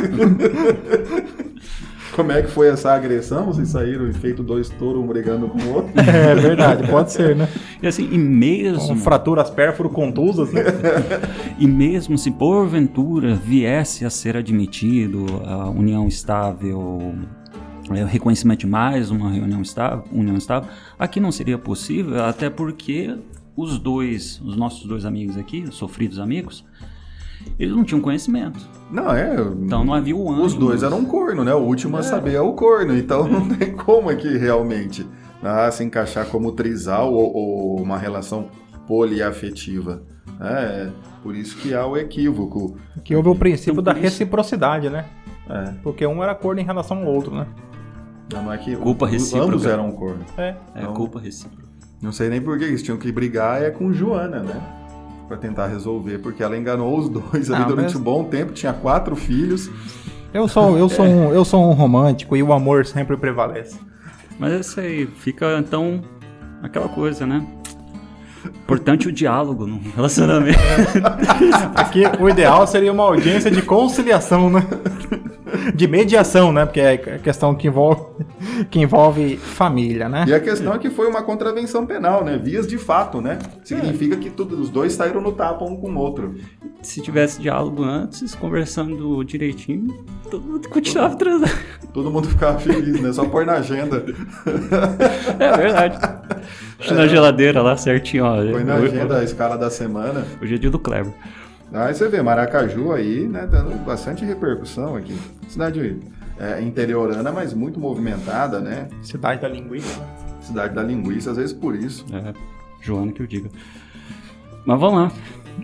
Como é que foi essa agressão? Vocês saíram e feito dois touros, um brigando com o outro? É verdade, pode ser, né? E assim, e mesmo... Com fraturas pérfuro-contusas, né? E mesmo se porventura viesse a ser admitido a união estável... É, o reconhecimento de mais uma união estável, união estável, aqui não seria possível, até porque os dois, os nossos dois amigos aqui, os sofridos amigos, eles não tinham conhecimento. Não, é... Então não havia o anjo. Os dois eram um corno, né? O último é. a saber é o corno, então não tem como aqui realmente ah, se encaixar como trisal ou, ou uma relação poliafetiva. É, por isso que há o equívoco. Que houve o princípio então, da isso... reciprocidade, né? É. Porque um era corno em relação ao outro, né? Não, é que culpa recíproca. Ambos eram corno. É, então, é culpa recíproca. Não sei nem por que eles tinham que brigar é com Joana, né? Pra tentar resolver, porque ela enganou os dois ali não, durante mas... um bom tempo, tinha quatro filhos. Eu sou, eu, sou é. um, eu sou um romântico e o amor sempre prevalece. Mas isso aí, fica então aquela coisa, né? Importante o diálogo no relacionamento. Aqui o ideal seria uma audiência de conciliação, né? De mediação, né? Porque é questão que envolve, que envolve família, né? E a questão é que foi uma contravenção penal, né? Vias de fato, né? Significa é. que todos os dois saíram no tapa um com o outro. Se tivesse diálogo antes, conversando direitinho, todo mundo continuava transando. Todo mundo ficava feliz, né? Só pôr na agenda. É verdade. Deixa é. na geladeira lá certinho, ó. Põe na agenda a escala da semana. Hoje é dia do Kleber. Aí você vê, Maracaju aí, né, dando bastante repercussão aqui. Cidade é, interiorana, mas muito movimentada, né? Cidade da linguiça. Cidade da linguiça, às vezes por isso. É, Joana que eu diga. Mas vamos lá.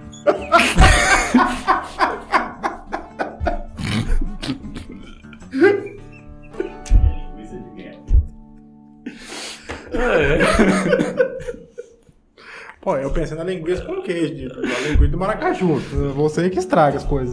é. Pô, eu pensei na linguiça com queijo, a linguiça do Maracaju. Você que estraga as coisas.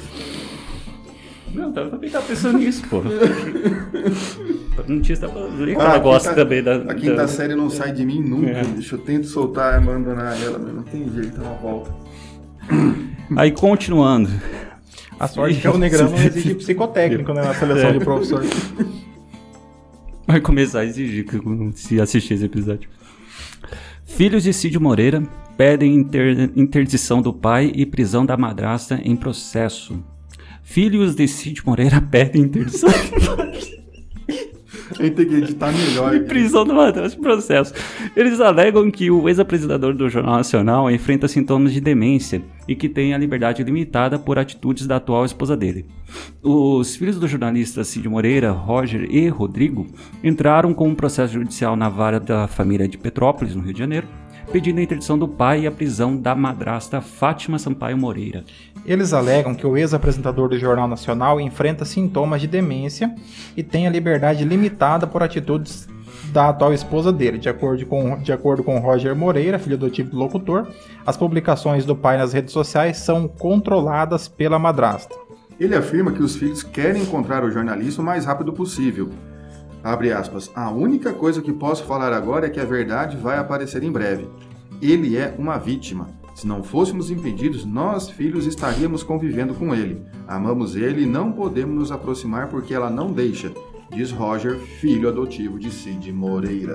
Não, eu também tava pensando nisso, pô. Não tinha essa ler que ela gosta também da... A quinta da... série não sai de mim nunca, é. Deixa eu tento soltar e abandonar ela, mas não tem jeito, ela volta. Aí, continuando. A sorte que é o Negrão não exige psicotécnico, né, na seleção é. de professor. Vai começar a exigir se assistir esse episódio. Filhos de Cid Moreira pedem inter... interdição do pai e prisão da madrasta em processo. Filhos de Cid Moreira pedem interdição do pai. A gente tem que editar melhor. E prisão da madrasta em processo. Eles alegam que o ex-apresentador do Jornal Nacional enfrenta sintomas de demência e que tem a liberdade limitada por atitudes da atual esposa dele. Os filhos do jornalista Cid Moreira, Roger e Rodrigo, entraram com um processo judicial na vara da família de Petrópolis, no Rio de Janeiro, pedindo a interdição do pai e a prisão da madrasta Fátima Sampaio Moreira. Eles alegam que o ex-apresentador do Jornal Nacional enfrenta sintomas de demência e tem a liberdade limitada por atitudes da atual esposa dele. De acordo com, de acordo com Roger Moreira, filho adotivo do locutor, as publicações do pai nas redes sociais são controladas pela madrasta. Ele afirma que os filhos querem encontrar o jornalista o mais rápido possível. Abre aspas, a única coisa que posso falar agora é que a verdade vai aparecer em breve. Ele é uma vítima. Se não fôssemos impedidos, nós, filhos, estaríamos convivendo com ele. Amamos ele e não podemos nos aproximar porque ela não deixa, diz Roger, filho adotivo de Cid Moreira.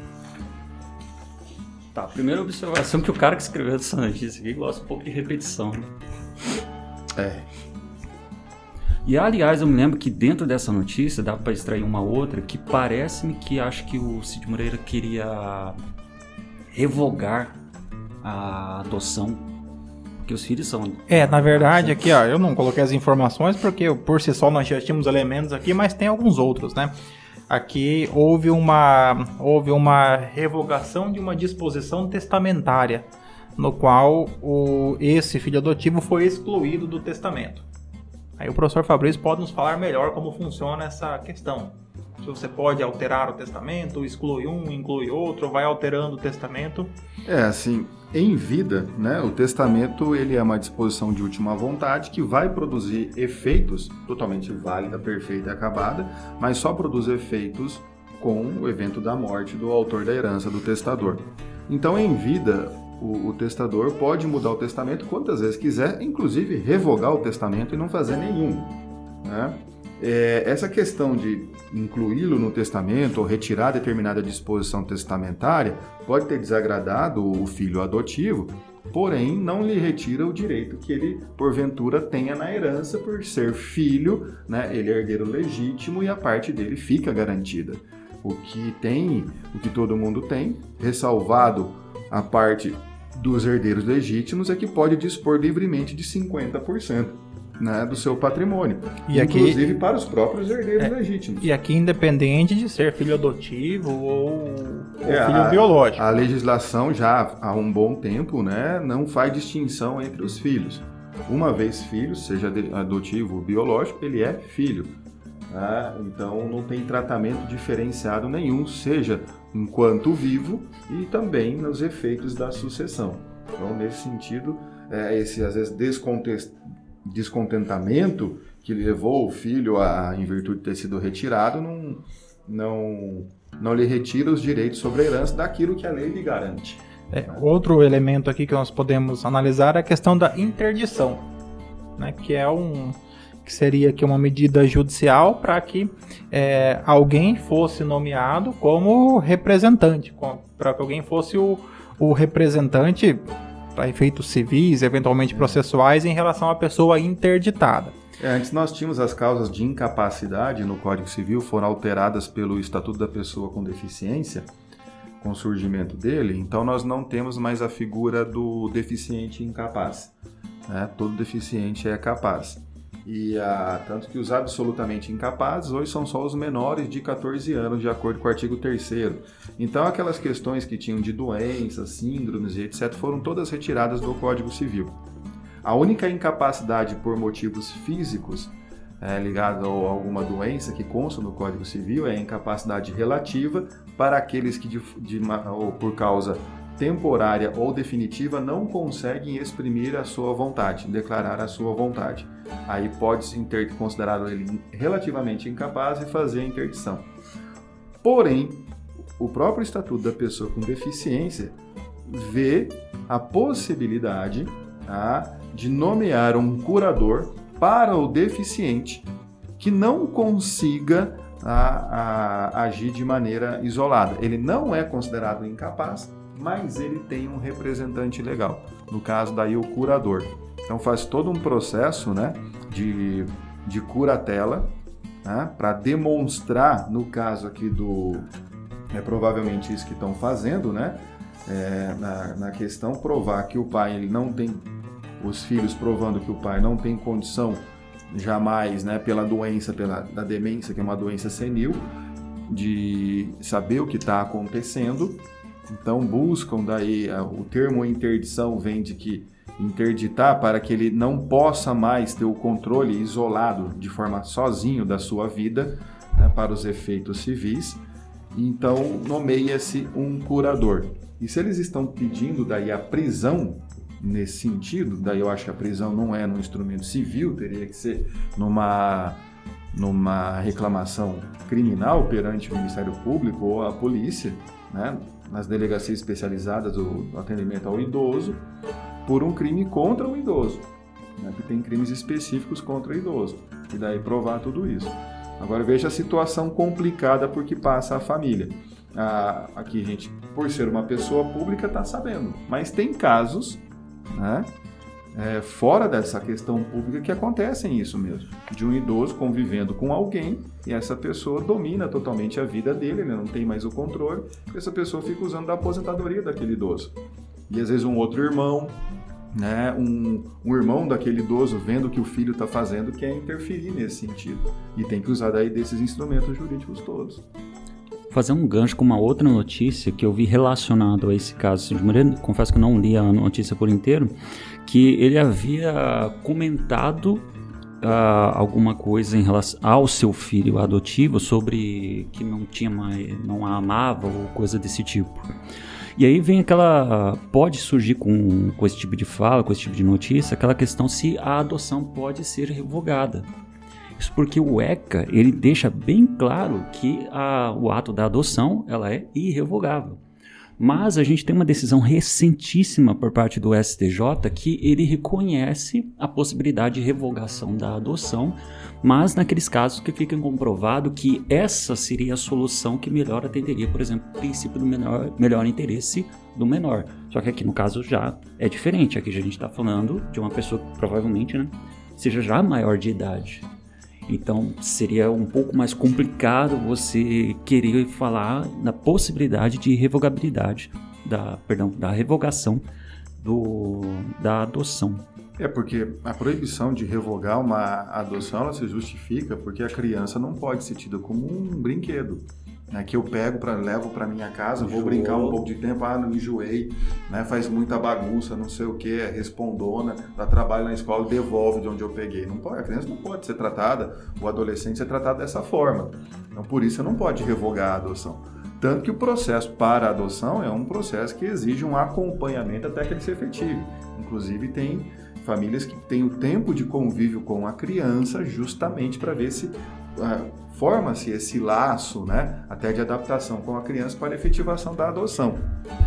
Tá, primeira observação que o cara que escreveu essa notícia aqui gosta um pouco de repetição, né? É. E, aliás, eu me lembro que dentro dessa notícia dá para extrair uma outra que parece-me que acho que o Cid Moreira queria revogar a adoção, porque os filhos são... É, na verdade, aqui, ó, eu não coloquei as informações porque por si só nós já tínhamos elementos aqui, mas tem alguns outros, né? Aqui houve uma, houve uma revogação de uma disposição testamentária, no qual o, esse filho adotivo foi excluído do testamento. Aí o professor Fabrício pode nos falar melhor como funciona essa questão. Se você pode alterar o testamento, exclui um, inclui outro, vai alterando o testamento. É, assim, em vida, né, o testamento ele é uma disposição de última vontade que vai produzir efeitos totalmente válida, perfeita e acabada, mas só produz efeitos com o evento da morte do autor da herança, do testador. Então, em vida, o, o testador pode mudar o testamento quantas vezes quiser, inclusive revogar o testamento e não fazer nenhum, né? É, essa questão de incluí-lo no testamento ou retirar determinada disposição testamentária pode ter desagradado o filho adotivo, porém não lhe retira o direito que ele, porventura, tenha na herança por ser filho, né? Ele é herdeiro legítimo e a parte dele fica garantida. O que tem, o que todo mundo tem, ressalvado a parte dos herdeiros legítimos, é que pode dispor livremente de cinquenta por cento. Né, do seu patrimônio, e inclusive aqui, para os próprios herdeiros é, legítimos. E aqui independente de ser filho adotivo ou, é, ou filho a, biológico. A legislação já há um bom tempo, né, não faz distinção entre os filhos. Uma vez filho, seja adotivo ou biológico, ele é filho. Né? Então não tem tratamento diferenciado nenhum, seja enquanto vivo e também nos efeitos da sucessão. Então nesse sentido, é, esse às vezes descontexto descontentamento que levou o filho a, em virtude de ter sido retirado, não, não, não lhe retira os direitos sobre a herança daquilo que a lei lhe garante. É, outro elemento aqui que nós podemos analisar é a questão da interdição, né, que é um que seria aqui uma medida judicial para que é, alguém fosse nomeado como representante, para que alguém fosse o, o representante para efeitos civis, eventualmente processuais, em relação à pessoa interditada. É, antes nós tínhamos as causas de incapacidade no Código Civil, foram alteradas pelo Estatuto da Pessoa com Deficiência, com o surgimento dele, então nós não temos mais a figura do deficiente incapaz. Né? Todo deficiente é capaz. E a, tanto que os absolutamente incapazes hoje são só os menores de catorze anos, de acordo com o artigo terceiro. Então aquelas questões que tinham de doenças, síndromes e etcétera foram todas retiradas do Código Civil. A única incapacidade por motivos físicos é, ligada a alguma doença que consta no Código Civil é a incapacidade relativa para aqueles que de, de, ou por causa temporária ou definitiva não conseguem exprimir a sua vontade, declarar a sua vontade. Aí pode-se ter considerado ele relativamente incapaz e fazer a interdição. Porém, o próprio Estatuto da Pessoa com Deficiência vê a possibilidade, tá, de nomear um curador para o deficiente que não consiga a, a, agir de maneira isolada. Ele não é considerado incapaz, mas ele tem um representante legal, no caso daí o curador. Então faz todo um processo, né, de, de curatela, né, para demonstrar, no caso aqui do... É provavelmente isso que estão fazendo, né, é, na, na questão, provar que o pai ele não tem... Os filhos provando que o pai não tem condição jamais, né, pela doença, pela da demência, que é uma doença senil, de saber o que está acontecendo. Então buscam daí, o termo interdição vem de que interditar para que ele não possa mais ter o controle isolado de forma sozinho da sua vida, né, para os efeitos civis. então nomeia-se um curador. E se eles estão pedindo daí a prisão, nesse sentido, daí eu acho que a prisão não é num instrumento civil, teria que ser numa, numa reclamação criminal perante o Ministério Público ou a polícia, né, nas delegacias especializadas do atendimento ao idoso, por um crime contra o idoso, né, que tem crimes específicos contra o idoso, e daí provar tudo isso. Agora veja a situação complicada por que passa a família. Ah, aqui a gente, por ser uma pessoa pública, está sabendo, mas tem casos, né, é, fora dessa questão pública que acontecem isso mesmo, de um idoso convivendo com alguém e essa pessoa domina totalmente a vida dele, ele não tem mais o controle, e essa pessoa fica usando da aposentadoria daquele idoso. E às vezes um outro irmão, né, um, um irmão daquele idoso vendo o que o filho está fazendo quer interferir nesse sentido e tem que usar daí desses instrumentos jurídicos todos. Fazer um gancho com uma outra notícia que eu vi relacionado a esse caso de Moreira, confesso que eu não li a notícia por inteiro, que ele havia comentado uh, alguma coisa em relação ao seu filho adotivo sobre que não tinha mais, não a amava ou coisa desse tipo. E aí vem aquela, pode surgir com, com esse tipo de fala, com esse tipo de notícia, aquela questão se a adoção pode ser revogada. Isso porque o ECA, ele deixa bem claro que a, o ato da adoção, ela é irrevogável. Mas a gente tem uma decisão recentíssima por parte do S T J que ele reconhece a possibilidade de revogação da adoção, mas naqueles casos que fica comprovado que essa seria a solução que melhor atenderia, por exemplo, o princípio do menor, melhor interesse do menor. Só que aqui no caso já é diferente, aqui a gente está falando de uma pessoa que provavelmente, né, seja já maior de idade. Então seria um pouco mais complicado você querer falar na possibilidade de revogabilidade, da, perdão, da revogação do, da adoção. É porque a proibição de revogar uma adoção ela se justifica porque a criança não pode ser tida como um brinquedo, né, que eu pego, pra, levo para minha casa, vou brincar um pouco de tempo, ah, não enjoei, né, faz muita bagunça, não sei o que, é respondona, dá trabalho na escola, devolve de onde eu peguei. Não pode, a criança não pode ser tratada, o adolescente ser tratado dessa forma. Então, por isso, você não pode revogar a adoção. Tanto que o processo para a adoção é um processo que exige um acompanhamento até que ele se efetive. Inclusive, tem famílias que têm o tempo de convívio com a criança justamente para ver se uh, forma-se esse laço, né, até de adaptação com a criança para a efetivação da adoção.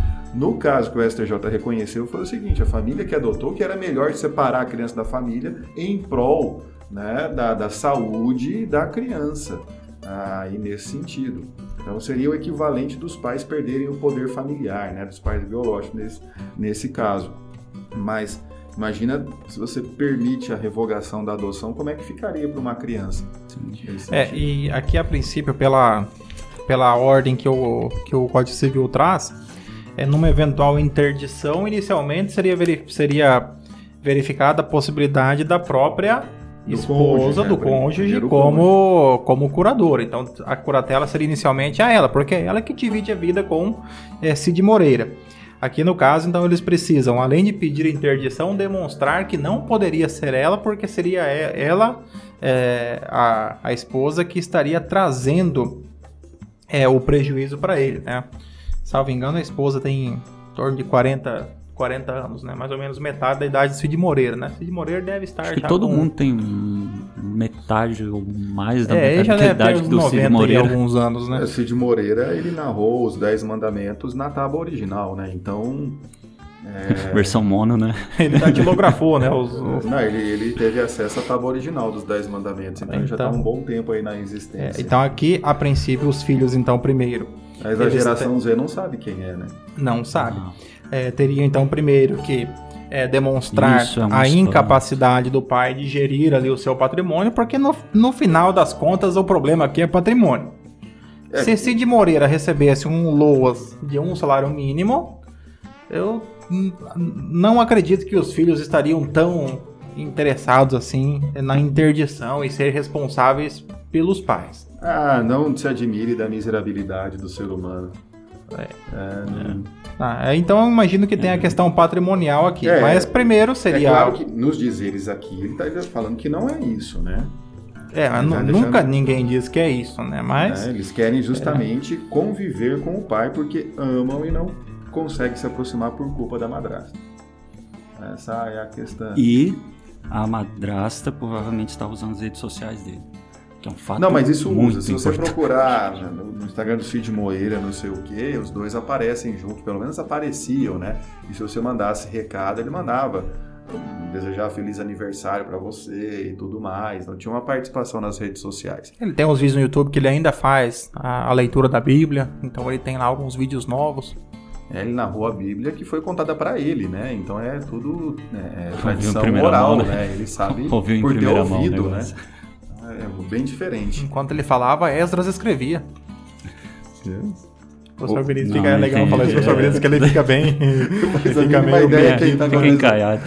No caso que o S T J reconheceu foi o seguinte, a família que adotou que era melhor separar a criança da família em prol, né, da, da saúde da criança, ah, e nesse sentido. Então seria o equivalente dos pais perderem o poder familiar, né, dos pais biológicos nesse, nesse caso. Mas imagina se você permite a revogação da adoção, como é que ficaria para uma criança? É, e aqui a princípio, pela, pela ordem que o, que o Código Civil traz, é, numa eventual interdição, inicialmente seria, verif- seria verificada a possibilidade da própria do esposa, cônjuge, do né, cônjuge, como, como curadora. Então, a curatela seria inicialmente a ela, porque é ela que divide a vida com é, Cid Moreira. Aqui no caso, então, eles precisam, além de pedir a interdição, demonstrar que não poderia ser ela, porque seria ela, é, a, a esposa, que estaria trazendo é, o prejuízo para ele, né? Salvo engano, a esposa tem em torno de quarenta, quarenta anos, né? Mais ou menos metade da idade de Cid Moreira, né? Cid Moreira deve estar Acho que já todo com... mundo tem metade ou mais da é, metade da idade do Cid Moreira. Alguns anos, né? O Cid Moreira, ele narrou os Dez Mandamentos na tábua original, né? Então... É... Versão mono, né? Ele datilografou, né? Os, os... Não, ele, ele teve acesso à tábua original dos Dez Mandamentos, então, então já está um bom tempo aí na existência. É, então aqui, a princípio, os filhos, então, primeiro... Mas a geração te... Z não sabe quem é, né? Não sabe. É, teria, então, primeiro que é, demonstrar Isso, é a história. incapacidade do pai de gerir ali o seu patrimônio, porque no, no final das contas o problema aqui é patrimônio. É. Se Cid Moreira recebesse um LOAS de um salário mínimo, eu n- não acredito que os filhos estariam tão interessados assim na interdição e ser responsáveis pelos pais. Ah, não se admire da miserabilidade do ser humano. É. É, não... Ah, então eu imagino que tem a questão patrimonial aqui, é, mas primeiro seria... É claro que nos dizeres aqui ele está falando que não é isso, né? É, mas Já nunca deixando... ninguém diz que é isso, né? Mas... É, eles querem justamente é. conviver com o pai porque amam e não conseguem se aproximar por culpa da madrasta. Essa é a questão. E a madrasta provavelmente está usando as redes sociais dele. Que é um fato não, mas isso muito usa. Se importante. você procurar no, no Instagram do Cid Moreira, não sei o que, os dois aparecem juntos, pelo menos apareciam, né? E se você mandasse recado, ele mandava desejar feliz aniversário para você e tudo mais. Então tinha uma participação nas redes sociais. Ele tem uns vídeos no YouTube que ele ainda faz a, a leitura da Bíblia, então ele tem lá alguns vídeos novos. É, ele narrou a Bíblia que foi contada para ele, né? Então é tudo é, tradição mão, oral, né? né? Ele sabe Ouviu em por ter ouvido, mão, né? É bem diferente. Enquanto ele falava, Esdras escrevia. Yes. O professor Vinícius fica é legal falar isso, o professor Vinícius, que ele fica bem. Ele fica meio ideia é, quem tá fica encaiado.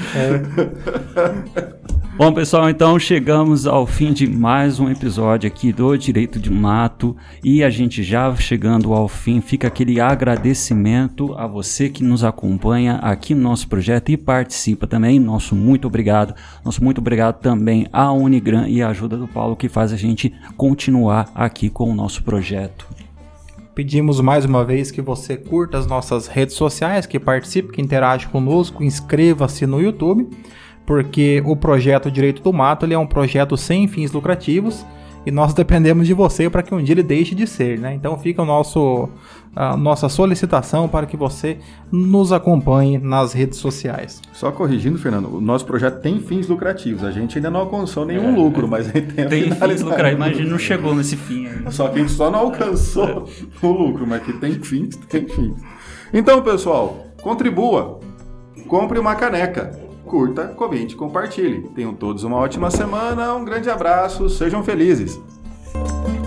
É. Bom, pessoal, então chegamos ao fim de mais um episódio aqui do Direito de Mato e a gente já chegando ao fim, fica aquele agradecimento a você que nos acompanha aqui no nosso projeto e participa também. Nosso muito obrigado. Nosso muito obrigado também à Unigran e à ajuda do Paulo que faz a gente continuar aqui com o nosso projeto. Pedimos mais uma vez que você curta as nossas redes sociais, que participe, que interage conosco, inscreva-se no YouTube, porque o projeto Direito do Mato ele é um projeto sem fins lucrativos e nós dependemos de você para que um dia ele deixe de ser, né? Então fica o nosso, a nossa solicitação para que você nos acompanhe nas redes sociais. Só corrigindo, Fernando, o nosso projeto tem fins lucrativos, a gente ainda não alcançou nenhum é, lucro, mas a gente tem a tem fins lucrativos, mas a gente não chegou nesse fim ainda. Só que a gente só não alcançou o lucro, mas que tem fins, tem fins. Então, pessoal, contribua, compre uma caneca. Curta, comente, compartilhe. Tenham todos uma ótima semana, um grande abraço, sejam felizes.